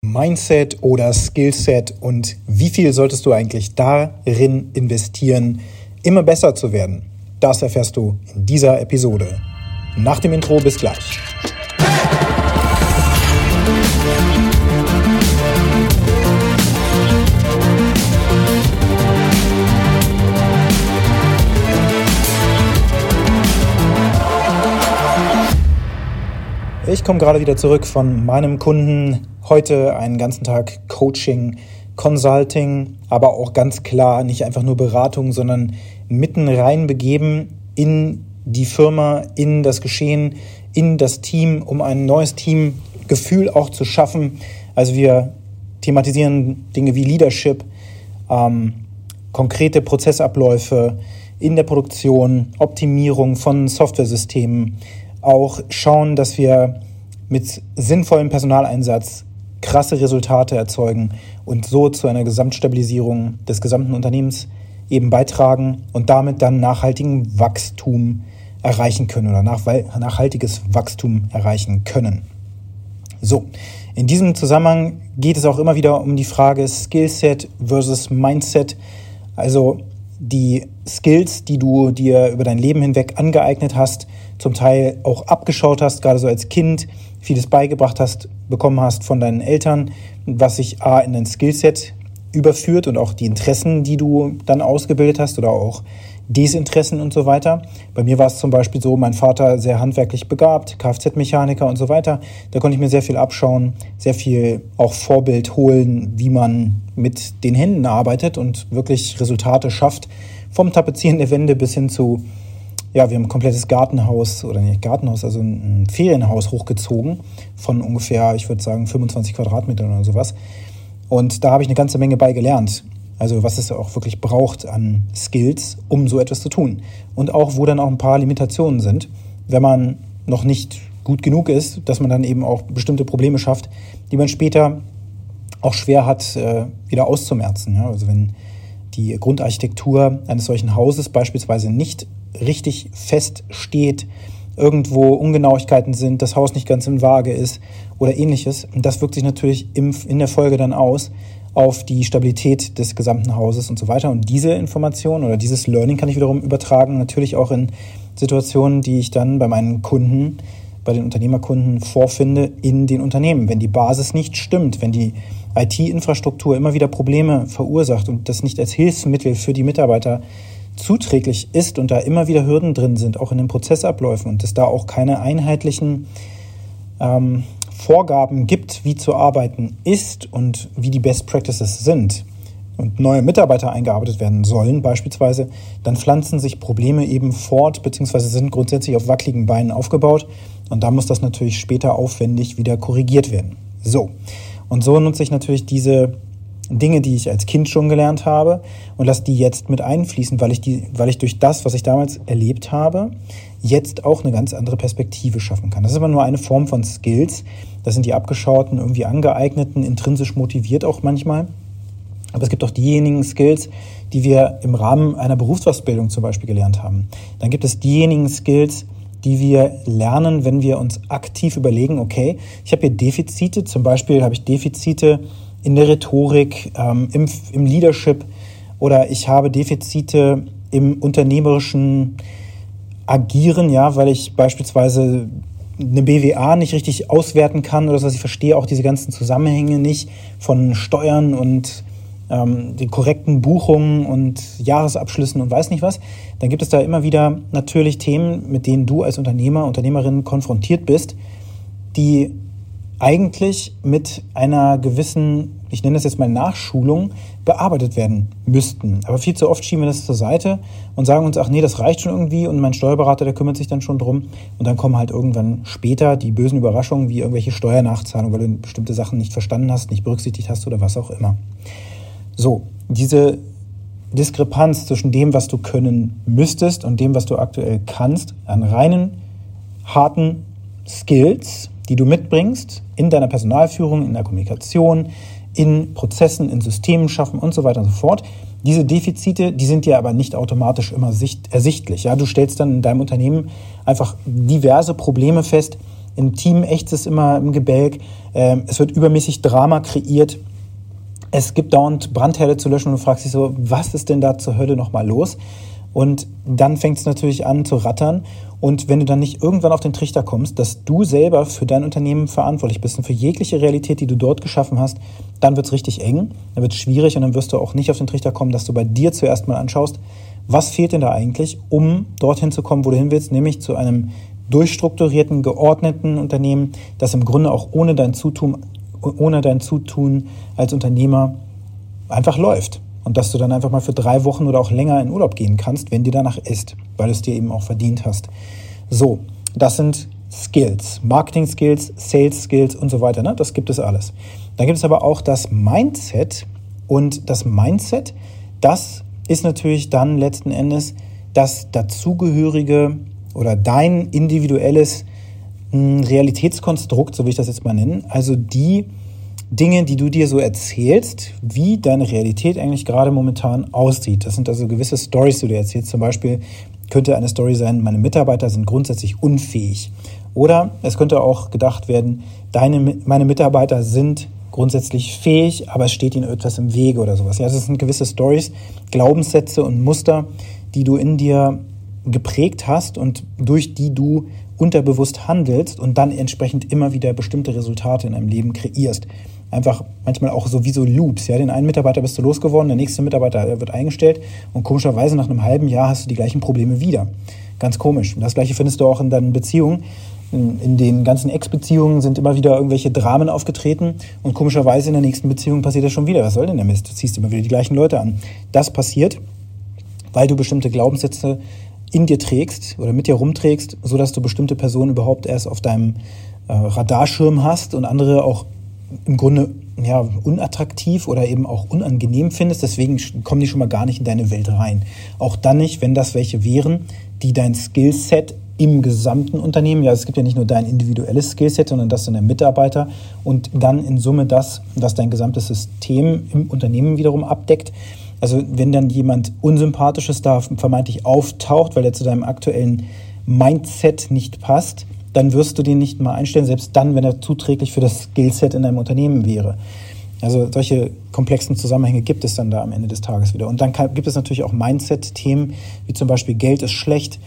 Mindset oder Skillset und wie viel solltest du eigentlich darin investieren, immer besser zu werden? Das erfährst du in dieser Episode. Nach dem Intro, bis gleich. Ich komme gerade wieder zurück von meinem Kunden. Heute einen ganzen Tag Coaching, Consulting, aber auch ganz klar nicht einfach nur Beratung, sondern mitten rein begeben in die Firma, in das Geschehen, in das Team, um ein neues Teamgefühl auch zu schaffen. Also wir thematisieren Dinge wie Leadership, konkrete Prozessabläufe in der Produktion, Optimierung von Softwaresystemen, auch schauen, dass wir mit sinnvollem Personaleinsatz krasse Resultate erzeugen und so zu einer Gesamtstabilisierung des gesamten Unternehmens eben beitragen und damit dann nachhaltigen Wachstum erreichen können oder nachhaltiges Wachstum erreichen können. So, in diesem Zusammenhang geht es auch immer wieder um die Frage Skillset versus Mindset, also die Skills, die du dir über dein Leben hinweg angeeignet hast, zum Teil auch abgeschaut hast, gerade so als Kind, vieles beigebracht bekommen hast von deinen Eltern, was sich in dein Skillset überführt und auch die Interessen, die du dann ausgebildet hast oder auch Desinteressen und so weiter. Bei mir war es zum Beispiel so, mein Vater sehr handwerklich begabt, Kfz-Mechaniker und so weiter. Da konnte ich mir sehr viel abschauen, sehr viel auch Vorbild holen, wie man mit den Händen arbeitet und wirklich Resultate schafft. Vom Tapezieren der Wände bis hin zu, wir haben ein komplettes Gartenhaus, oder nicht Gartenhaus, also ein Ferienhaus hochgezogen von ungefähr, ich würde sagen, 25 Quadratmetern oder sowas. Und da habe ich eine ganze Menge bei gelernt. Also was es auch wirklich braucht an Skills, um so etwas zu tun. Und auch, wo dann auch ein paar Limitationen sind, wenn man noch nicht gut genug ist, dass man dann eben auch bestimmte Probleme schafft, die man später auch schwer hat, wieder auszumerzen. Ja? Also wenn die Grundarchitektur eines solchen Hauses beispielsweise nicht richtig fest steht, irgendwo Ungenauigkeiten sind, das Haus nicht ganz in Waage ist oder ähnliches. Und das wirkt sich natürlich in der Folge dann aus auf die Stabilität des gesamten Hauses und so weiter. Und diese Information oder dieses Learning kann ich wiederum übertragen, natürlich auch in Situationen, die ich dann bei meinen Kunden, bei den Unternehmerkunden vorfinde in den Unternehmen. Wenn die Basis nicht stimmt, wenn die IT-Infrastruktur immer wieder Probleme verursacht und das nicht als Hilfsmittel für die Mitarbeiter zuträglich ist und da immer wieder Hürden drin sind, auch in den Prozessabläufen und es da auch keine einheitlichen Vorgaben gibt, wie zu arbeiten ist und wie die Best Practices sind und neue Mitarbeiter eingearbeitet werden sollen beispielsweise, dann pflanzen sich Probleme eben fort beziehungsweise sind grundsätzlich auf wackeligen Beinen aufgebaut und da muss das natürlich später aufwendig wieder korrigiert werden. So, und so nutze ich natürlich diese Dinge, die ich als Kind schon gelernt habe und lasse die jetzt mit einfließen, weil ich durch das, was ich damals erlebt habe, jetzt auch eine ganz andere Perspektive schaffen kann. Das ist aber nur eine Form von Skills. Das sind die abgeschauten, irgendwie angeeigneten, intrinsisch motiviert auch manchmal. Aber es gibt auch diejenigen Skills, die wir im Rahmen einer Berufsausbildung zum Beispiel gelernt haben. Dann gibt es diejenigen Skills, die wir lernen, wenn wir uns aktiv überlegen, okay, ich habe hier Defizite, zum Beispiel habe ich Defizite in der Rhetorik, im Leadership oder ich habe Defizite im unternehmerischen Agieren, ja, weil ich beispielsweise eine BWA nicht richtig auswerten kann oder so, ich verstehe auch diese ganzen Zusammenhänge nicht von Steuern und den korrekten Buchungen und Jahresabschlüssen und weiß nicht was, dann gibt es da immer wieder natürlich Themen, mit denen du als Unternehmer, Unternehmerin konfrontiert bist, die eigentlich mit einer gewissen, ich nenne das jetzt mal Nachschulung, bearbeitet werden müssten. Aber viel zu oft schieben wir das zur Seite und sagen uns, ach nee, das reicht schon irgendwie und mein Steuerberater, der kümmert sich dann schon drum. Und dann kommen halt irgendwann später die bösen Überraschungen wie irgendwelche Steuernachzahlungen, weil du bestimmte Sachen nicht verstanden hast, nicht berücksichtigt hast oder was auch immer. So, diese Diskrepanz zwischen dem, was du können müsstest und dem, was du aktuell kannst, an reinen, harten Skills, die du mitbringst in deiner Personalführung, in der Kommunikation, in Prozessen, in Systemen schaffen und so weiter und so fort. Diese Defizite, die sind dir aber nicht automatisch immer ersichtlich. Ja? Du stellst dann in deinem Unternehmen einfach diverse Probleme fest, Im Team ächzt es immer im Gebälk. Es wird übermäßig Drama kreiert. Es gibt dauernd Brandherde zu löschen und du fragst dich so, was ist denn da zur Hölle nochmal los? Und dann fängt es natürlich an zu rattern. Und wenn du dann nicht irgendwann auf den Trichter kommst, dass du selber für dein Unternehmen verantwortlich bist und für jegliche Realität, die du dort geschaffen hast, dann wird es richtig eng, dann wird es schwierig und dann wirst du auch nicht auf den Trichter kommen, dass du bei dir zuerst mal anschaust, was fehlt denn da eigentlich, um dorthin zu kommen, wo du hin willst, nämlich zu einem durchstrukturierten, geordneten Unternehmen, das im Grunde auch ohne dein Zutun als Unternehmer einfach läuft. Und dass du dann einfach mal für 3 Wochen oder auch länger in Urlaub gehen kannst, wenn dir danach ist, weil du es dir eben auch verdient hast. So, das sind Skills, Marketing-Skills, Sales-Skills und so weiter. Ne? Das gibt es alles. Dann gibt es aber auch das Mindset. Und das Mindset, das ist natürlich dann letzten Endes das dazugehörige oder dein individuelles Realitätskonstrukt, so will ich das jetzt mal nennen. Also die Dinge, die du dir so erzählst, wie deine Realität eigentlich gerade momentan aussieht. Das sind also gewisse Storys, die du dir erzählst. Zum Beispiel könnte eine Story sein, meine Mitarbeiter sind grundsätzlich unfähig. Oder es könnte auch gedacht werden, meine Mitarbeiter sind grundsätzlich fähig, aber es steht ihnen etwas im Wege oder sowas. Ja, also es sind gewisse Stories, Glaubenssätze und Muster, die du in dir geprägt hast und durch die du unterbewusst handelst und dann entsprechend immer wieder bestimmte Resultate in deinem Leben kreierst. Einfach manchmal auch so wie so Loops. Ja? Den einen Mitarbeiter bist du losgeworden, der nächste Mitarbeiter wird eingestellt und komischerweise nach einem halben Jahr hast du die gleichen Probleme wieder. Ganz komisch. Und das Gleiche findest du auch in deinen Beziehungen. In den ganzen Ex-Beziehungen sind immer wieder irgendwelche Dramen aufgetreten und komischerweise in der nächsten Beziehung passiert das schon wieder. Was soll denn der Mist? Du ziehst immer wieder die gleichen Leute an. Das passiert, weil du bestimmte Glaubenssätze in dir trägst oder mit dir rumträgst, sodass du bestimmte Personen überhaupt erst auf deinem Radarschirm hast und andere auch im Grunde unattraktiv oder eben auch unangenehm findest. Deswegen kommen die schon mal gar nicht in deine Welt rein. Auch dann nicht, wenn das welche wären, die dein Skillset im gesamten Unternehmen, ja, es gibt ja nicht nur dein individuelles Skillset, sondern das deiner Mitarbeiter und dann in Summe das, was dein gesamtes System im Unternehmen wiederum abdeckt. Also wenn dann jemand Unsympathisches da vermeintlich auftaucht, weil er zu deinem aktuellen Mindset nicht passt, dann wirst du den nicht mal einstellen, selbst dann, wenn er zuträglich für das Skillset in deinem Unternehmen wäre. Also solche komplexen Zusammenhänge gibt es dann da am Ende des Tages wieder. Und dann gibt es natürlich auch Mindset-Themen, wie zum Beispiel Geld ist schlecht,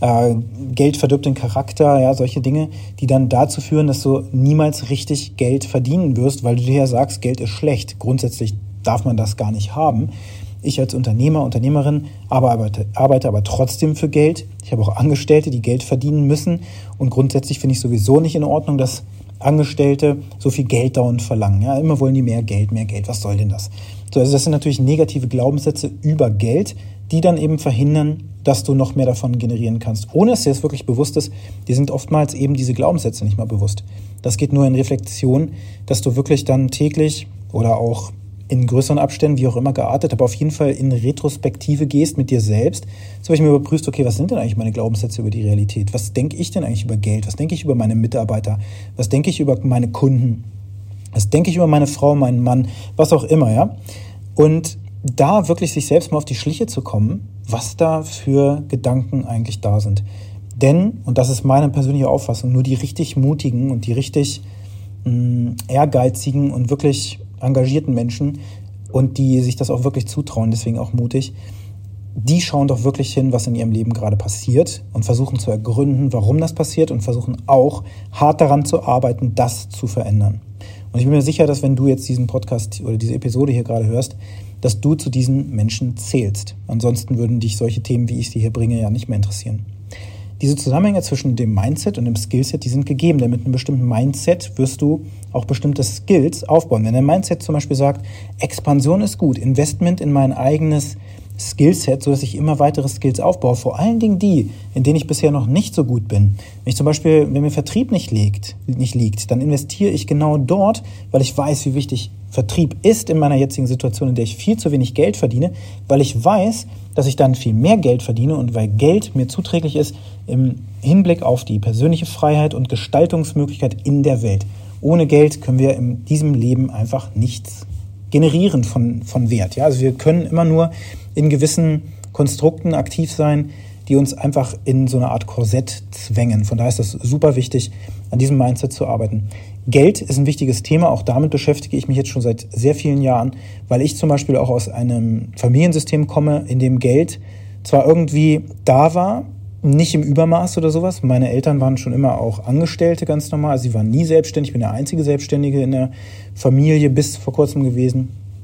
Geld verdirbt den Charakter, ja, solche Dinge, die dann dazu führen, dass du niemals richtig Geld verdienen wirst, weil du dir ja sagst, Geld ist schlecht. Grundsätzlich darf man das gar nicht haben. Ich als Unternehmer, Unternehmerin arbeite aber trotzdem für Geld. Ich habe auch Angestellte, die Geld verdienen müssen. Und grundsätzlich finde ich sowieso nicht in Ordnung, dass Angestellte so viel Geld dauernd verlangen. Ja, immer wollen die mehr Geld. Was soll denn das? So, also das sind natürlich negative Glaubenssätze über Geld, die dann eben verhindern, dass du noch mehr davon generieren kannst. Ohne dass dir das wirklich bewusst ist, dir sind oftmals eben diese Glaubenssätze nicht mal bewusst. Das geht nur in Reflexion, dass du wirklich dann täglich oder auch in größeren Abständen, wie auch immer geartet, aber auf jeden Fall in Retrospektive gehst mit dir selbst, so ich mir überprüfst, okay, was sind denn eigentlich meine Glaubenssätze über die Realität? Was denke ich denn eigentlich über Geld? Was denke ich über meine Mitarbeiter? Was denke ich über meine Kunden? Was denke ich über meine Frau, meinen Mann? Was auch immer, ja? Und da wirklich sich selbst mal auf die Schliche zu kommen, was da für Gedanken eigentlich da sind. Denn, und das ist meine persönliche Auffassung, nur die richtig mutigen und die richtig ehrgeizigen und wirklich engagierten Menschen und die sich das auch wirklich zutrauen, deswegen auch mutig, die schauen doch wirklich hin, was in ihrem Leben gerade passiert und versuchen zu ergründen, warum das passiert und versuchen auch hart daran zu arbeiten, das zu verändern. Und ich bin mir sicher, dass wenn du jetzt diesen Podcast oder diese Episode hier gerade hörst, dass du zu diesen Menschen zählst. Ansonsten würden dich solche Themen, wie ich sie hier bringe, ja nicht mehr interessieren. Diese Zusammenhänge zwischen dem Mindset und dem Skillset, die sind gegeben, denn mit einem bestimmten Mindset wirst du auch bestimmte Skills aufbauen. Wenn dein Mindset zum Beispiel sagt, Expansion ist gut, Investment in mein eigenes Skillset, sodass ich immer weitere Skills aufbaue, vor allen Dingen die, in denen ich bisher noch nicht so gut bin. Wenn mir Vertrieb nicht liegt, dann investiere ich genau dort, weil ich weiß, wie wichtig Vertrieb ist in meiner jetzigen Situation, in der ich viel zu wenig Geld verdiene, weil ich weiß, dass ich dann viel mehr Geld verdiene und weil Geld mir zuträglich ist im Hinblick auf die persönliche Freiheit und Gestaltungsmöglichkeit in der Welt. Ohne Geld können wir in diesem Leben einfach nichts generieren von Wert. Ja? Also wir können immer nur in gewissen Konstrukten aktiv sein, die uns einfach in so eine Art Korsett zwängen. Von daher ist das super wichtig, an diesem Mindset zu arbeiten. Geld ist ein wichtiges Thema, auch damit beschäftige ich mich jetzt schon seit sehr vielen Jahren, weil ich zum Beispiel auch aus einem Familiensystem komme, in dem Geld zwar irgendwie da war, nicht im Übermaß oder sowas. Meine Eltern waren schon immer auch Angestellte, ganz normal. Also sie waren nie selbstständig. Ich bin der einzige Selbstständige in der Familie bis vor kurzem gewesen.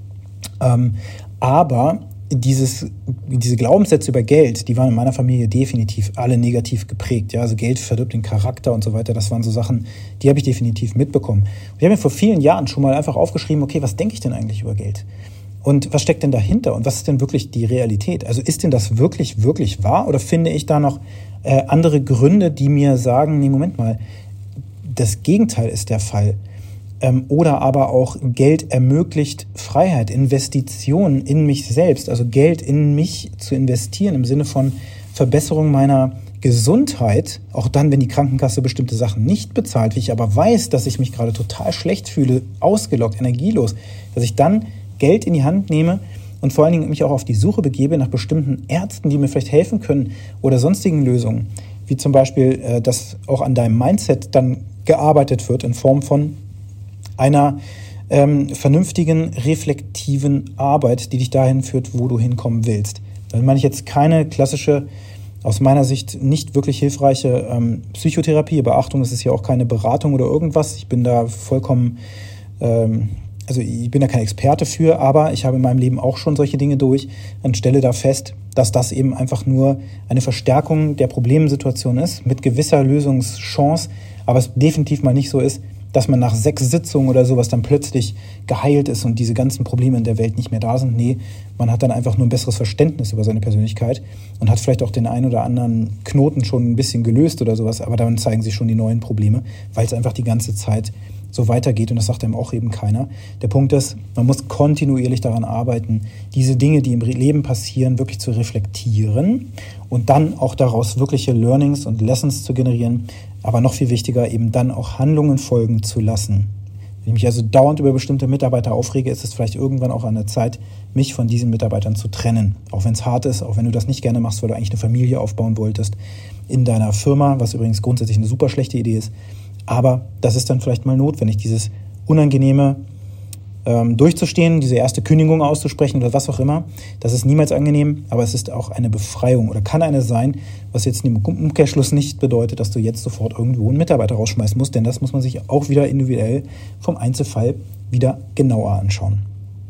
Aber diese Glaubenssätze über Geld, die waren in meiner Familie definitiv alle negativ geprägt. Ja, also Geld verdirbt den Charakter und so weiter. Das waren so Sachen, die habe ich definitiv mitbekommen. Und ich habe mir vor vielen Jahren schon mal einfach aufgeschrieben, okay, was denke ich denn eigentlich über Geld? Und was steckt denn dahinter? Und was ist denn wirklich die Realität? Also ist denn das wirklich, wirklich wahr? Oder finde ich da noch andere Gründe, die mir sagen, nee, Moment mal, das Gegenteil ist der Fall. Oder aber auch Geld ermöglicht Freiheit, Investitionen in mich selbst. Also Geld in mich zu investieren im Sinne von Verbesserung meiner Gesundheit. Auch dann, wenn die Krankenkasse bestimmte Sachen nicht bezahlt, wie ich aber weiß, dass ich mich gerade total schlecht fühle, ausgelaugt, energielos, dass ich dann Geld in die Hand nehme und vor allen Dingen mich auch auf die Suche begebe nach bestimmten Ärzten, die mir vielleicht helfen können oder sonstigen Lösungen, wie zum Beispiel, dass auch an deinem Mindset dann gearbeitet wird in Form von einer vernünftigen, reflektiven Arbeit, die dich dahin führt, wo du hinkommen willst. Damit meine ich jetzt keine klassische, aus meiner Sicht nicht wirklich hilfreiche Psychotherapie. Beachtung, es ist ja auch keine Beratung oder irgendwas. Ich bin da vollkommen... Also ich bin da kein Experte für, aber ich habe in meinem Leben auch schon solche Dinge durch und stelle da fest, dass das eben einfach nur eine Verstärkung der Problemsituation ist, mit gewisser Lösungschance, aber es definitiv mal nicht so ist, dass man nach 6 Sitzungen oder sowas dann plötzlich geheilt ist und diese ganzen Probleme in der Welt nicht mehr da sind. Nee, man hat dann einfach nur ein besseres Verständnis über seine Persönlichkeit und hat vielleicht auch den einen oder anderen Knoten schon ein bisschen gelöst oder sowas, aber dann zeigen sich schon die neuen Probleme, weil es einfach die ganze Zeit so weitergeht und das sagt einem auch eben keiner. Der Punkt ist, man muss kontinuierlich daran arbeiten, diese Dinge, die im Leben passieren, wirklich zu reflektieren und dann auch daraus wirkliche Learnings und Lessons zu generieren, aber noch viel wichtiger, eben dann auch Handlungen folgen zu lassen. Wenn ich mich also dauernd über bestimmte Mitarbeiter aufrege, ist es vielleicht irgendwann auch an der Zeit, mich von diesen Mitarbeitern zu trennen. Auch wenn es hart ist, auch wenn du das nicht gerne machst, weil du eigentlich eine Familie aufbauen wolltest in deiner Firma, was übrigens grundsätzlich eine super schlechte Idee ist. Aber das ist dann vielleicht mal notwendig, dieses Unangenehme durchzustehen, diese erste Kündigung auszusprechen oder was auch immer. Das ist niemals angenehm, aber es ist auch eine Befreiung oder kann eine sein, was jetzt im Umkehrschluss nicht bedeutet, dass du jetzt sofort irgendwo einen Mitarbeiter rausschmeißen musst, denn das muss man sich auch wieder individuell vom Einzelfall wieder genauer anschauen.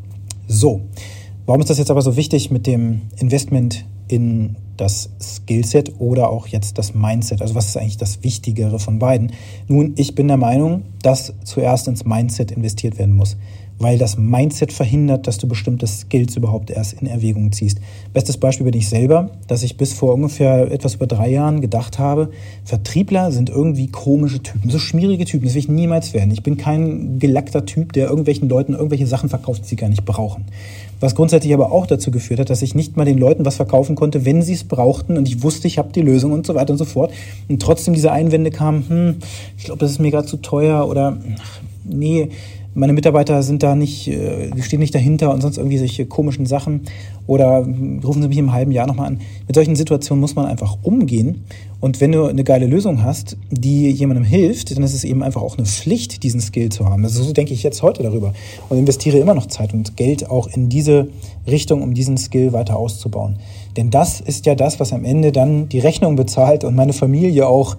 So, warum ist das jetzt aber so wichtig mit dem Investment in das Skillset oder auch jetzt das Mindset? Also was ist eigentlich das Wichtigere von beiden? Nun, ich bin der Meinung, dass zuerst ins Mindset investiert werden muss, weil das Mindset verhindert, dass du bestimmte Skills überhaupt erst in Erwägung ziehst. Bestes Beispiel bin ich selber, dass ich bis vor ungefähr etwas über 3 Jahren gedacht habe, Vertriebler sind irgendwie komische Typen, so schmierige Typen, das will ich niemals werden. Ich bin kein gelackter Typ, der irgendwelchen Leuten irgendwelche Sachen verkauft, die sie gar nicht brauchen. Was grundsätzlich aber auch dazu geführt hat, dass ich nicht mal den Leuten was verkaufen konnte, wenn sie es brauchten und ich wusste, ich habe die Lösung und so weiter und so fort. Und trotzdem diese Einwände kamen, ich glaube, das ist mir gerade zu teuer oder nee, meine Mitarbeiter sind da nicht, die stehen nicht dahinter und sonst irgendwie solche komischen Sachen oder rufen sie mich im halben Jahr nochmal an. Mit solchen Situationen muss man einfach umgehen und wenn du eine geile Lösung hast, die jemandem hilft, dann ist es eben einfach auch eine Pflicht, diesen Skill zu haben. Also so denke ich jetzt heute darüber und investiere immer noch Zeit und Geld auch in diese Richtung, um diesen Skill weiter auszubauen. Denn das ist ja das, was am Ende dann die Rechnung bezahlt und meine Familie auch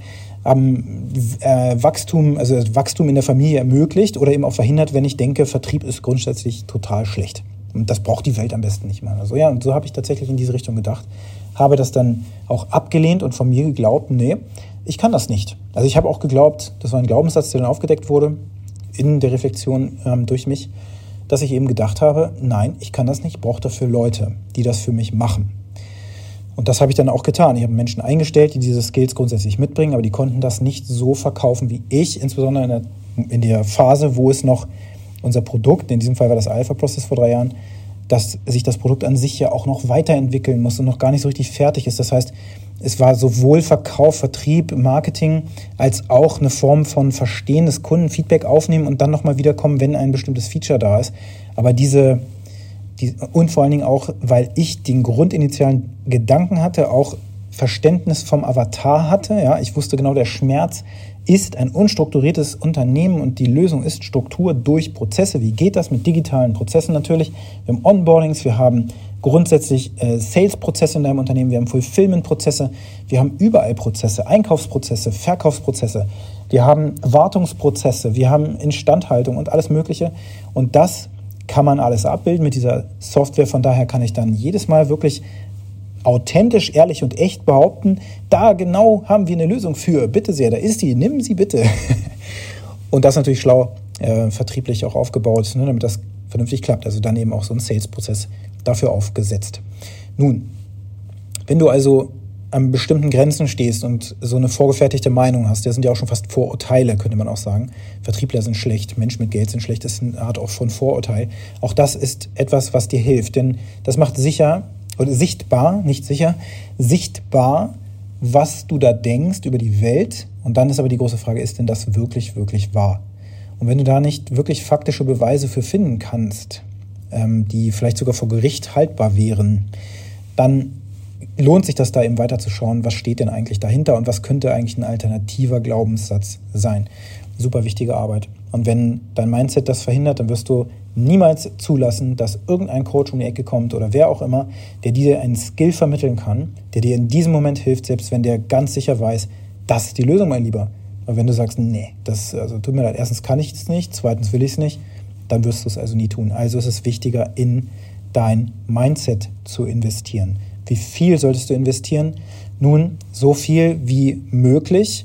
Wachstum, also Wachstum in der Familie ermöglicht oder eben auch verhindert, wenn ich denke, Vertrieb ist grundsätzlich total schlecht. Und das braucht die Welt am besten nicht mal. Also ja, und so habe ich tatsächlich in diese Richtung gedacht, habe das dann auch abgelehnt und von mir geglaubt, nee, ich kann das nicht. Also ich habe auch geglaubt, das war ein Glaubenssatz, der dann aufgedeckt wurde in der Reflexion durch mich, dass ich eben gedacht habe, nein, ich kann das nicht, ich brauche dafür Leute, die das für mich machen. Und das habe ich dann auch getan. Ich habe Menschen eingestellt, die diese Skills grundsätzlich mitbringen, aber die konnten das nicht so verkaufen wie ich, insbesondere in der Phase, wo es noch unser Produkt, in diesem Fall war das Alpha-Process vor 3 Jahren, dass sich das Produkt an sich ja auch noch weiterentwickeln muss und noch gar nicht so richtig fertig ist. Das heißt, es war sowohl Verkauf, Vertrieb, Marketing, als auch eine Form von Verstehen des Kunden, Feedback aufnehmen und dann nochmal wiederkommen, wenn ein bestimmtes Feature da ist. Aber und vor allen Dingen auch, weil ich den grundinitialen Gedanken hatte, auch Verständnis vom Avatar hatte. Ja, ich wusste genau, der Schmerz ist ein unstrukturiertes Unternehmen und die Lösung ist Struktur durch Prozesse. Wie geht das mit digitalen Prozessen natürlich? Wir haben Onboardings, wir haben grundsätzlich Sales-Prozesse in deinem Unternehmen, wir haben Fulfillment-Prozesse, wir haben überall Prozesse, Einkaufsprozesse, Verkaufsprozesse, wir haben Wartungsprozesse, wir haben Instandhaltung und alles Mögliche. Und das kann man alles abbilden mit dieser Software. Von daher kann ich dann jedes Mal wirklich authentisch, ehrlich und echt behaupten, da genau haben wir eine Lösung für. Bitte sehr, da ist die, nimm sie bitte. Und das natürlich schlau vertrieblich auch aufgebaut, ne, damit das vernünftig klappt. Also dann eben auch so ein Sales-Prozess dafür aufgesetzt. Nun, wenn du also an bestimmten Grenzen stehst und so eine vorgefertigte Meinung hast, das sind ja auch schon fast Vorurteile, könnte man auch sagen. Vertriebler sind schlecht, Menschen mit Geld sind schlecht, das ist eine Art auch von Vorurteil. Auch das ist etwas, was dir hilft, denn das macht sichtbar, was du da denkst über die Welt. Und dann ist aber die große Frage, ist denn das wirklich, wirklich wahr? Und wenn du da nicht wirklich faktische Beweise für finden kannst, die vielleicht sogar vor Gericht haltbar wären, dann lohnt sich das da eben weiterzuschauen, was steht denn eigentlich dahinter und was könnte eigentlich ein alternativer Glaubenssatz sein. Super wichtige Arbeit. Und wenn dein Mindset das verhindert, dann wirst du niemals zulassen, dass irgendein Coach um die Ecke kommt oder wer auch immer, der dir einen Skill vermitteln kann, der dir in diesem Moment hilft, selbst wenn der ganz sicher weiß, das ist die Lösung, mein Lieber. Aber wenn du sagst, nee, tut mir leid, erstens kann ich es nicht, zweitens will ich es nicht, dann wirst du es also nie tun. Also ist es wichtiger, in dein Mindset zu investieren. Wie viel solltest du investieren? Nun, so viel wie möglich,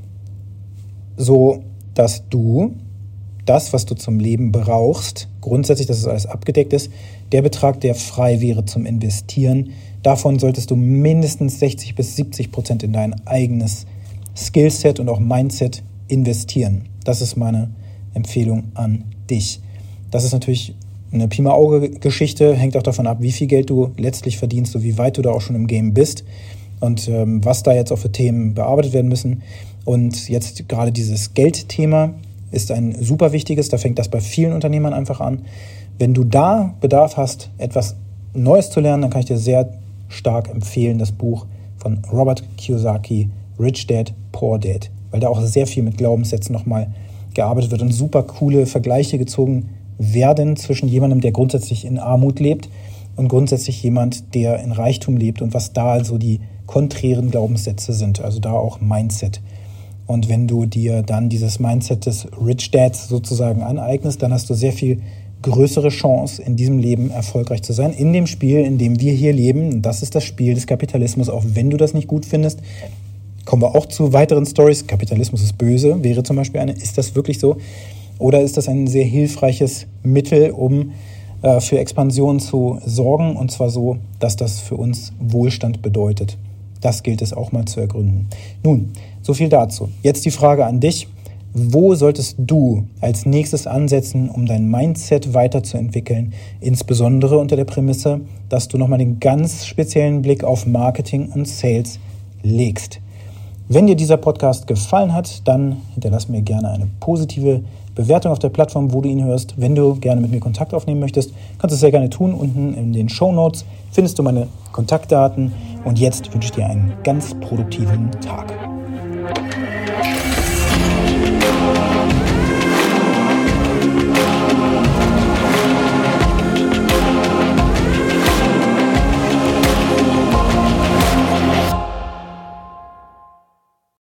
so dass du das, was du zum Leben brauchst, grundsätzlich, dass es alles abgedeckt ist, der Betrag, der frei wäre zum Investieren, davon solltest du mindestens 60-70% in dein eigenes Skillset und auch Mindset investieren. Das ist meine Empfehlung an dich. Das ist natürlich eine Pi mal Auge-Geschichte, hängt auch davon ab, wie viel Geld du letztlich verdienst und wie weit du da auch schon im Game bist und was da jetzt auch für Themen bearbeitet werden müssen. Und jetzt gerade dieses Geldthema ist ein super wichtiges, da fängt das bei vielen Unternehmern einfach an. Wenn du da Bedarf hast, etwas Neues zu lernen, dann kann ich dir sehr stark empfehlen, das Buch von Robert Kiyosaki, Rich Dad, Poor Dad, weil da auch sehr viel mit Glaubenssätzen nochmal gearbeitet wird und super coole Vergleiche gezogen werden zwischen jemandem, der grundsätzlich in Armut lebt und grundsätzlich jemand, der in Reichtum lebt und was da also die konträren Glaubenssätze sind, also da auch Mindset. Und wenn du dir dann dieses Mindset des Rich Dads sozusagen aneignest, dann hast du sehr viel größere Chance, in diesem Leben erfolgreich zu sein. In dem Spiel, in dem wir hier leben, das ist das Spiel des Kapitalismus, auch wenn du das nicht gut findest. Kommen wir auch zu weiteren Stories. Kapitalismus ist böse, wäre zum Beispiel eine. Ist das wirklich so? Oder ist das ein sehr hilfreiches Mittel, um für Expansion zu sorgen? Und zwar so, dass das für uns Wohlstand bedeutet. Das gilt es auch mal zu ergründen. Nun, so viel dazu. Jetzt die Frage an dich. Wo solltest du als nächstes ansetzen, um dein Mindset weiterzuentwickeln? Insbesondere unter der Prämisse, dass du nochmal den ganz speziellen Blick auf Marketing und Sales legst. Wenn dir dieser Podcast gefallen hat, dann hinterlass mir gerne eine positive Bewertung auf der Plattform, wo du ihn hörst. Wenn du gerne mit mir Kontakt aufnehmen möchtest, kannst du es sehr gerne tun. Unten in den Shownotes findest du meine Kontaktdaten. Und jetzt wünsche ich dir einen ganz produktiven Tag.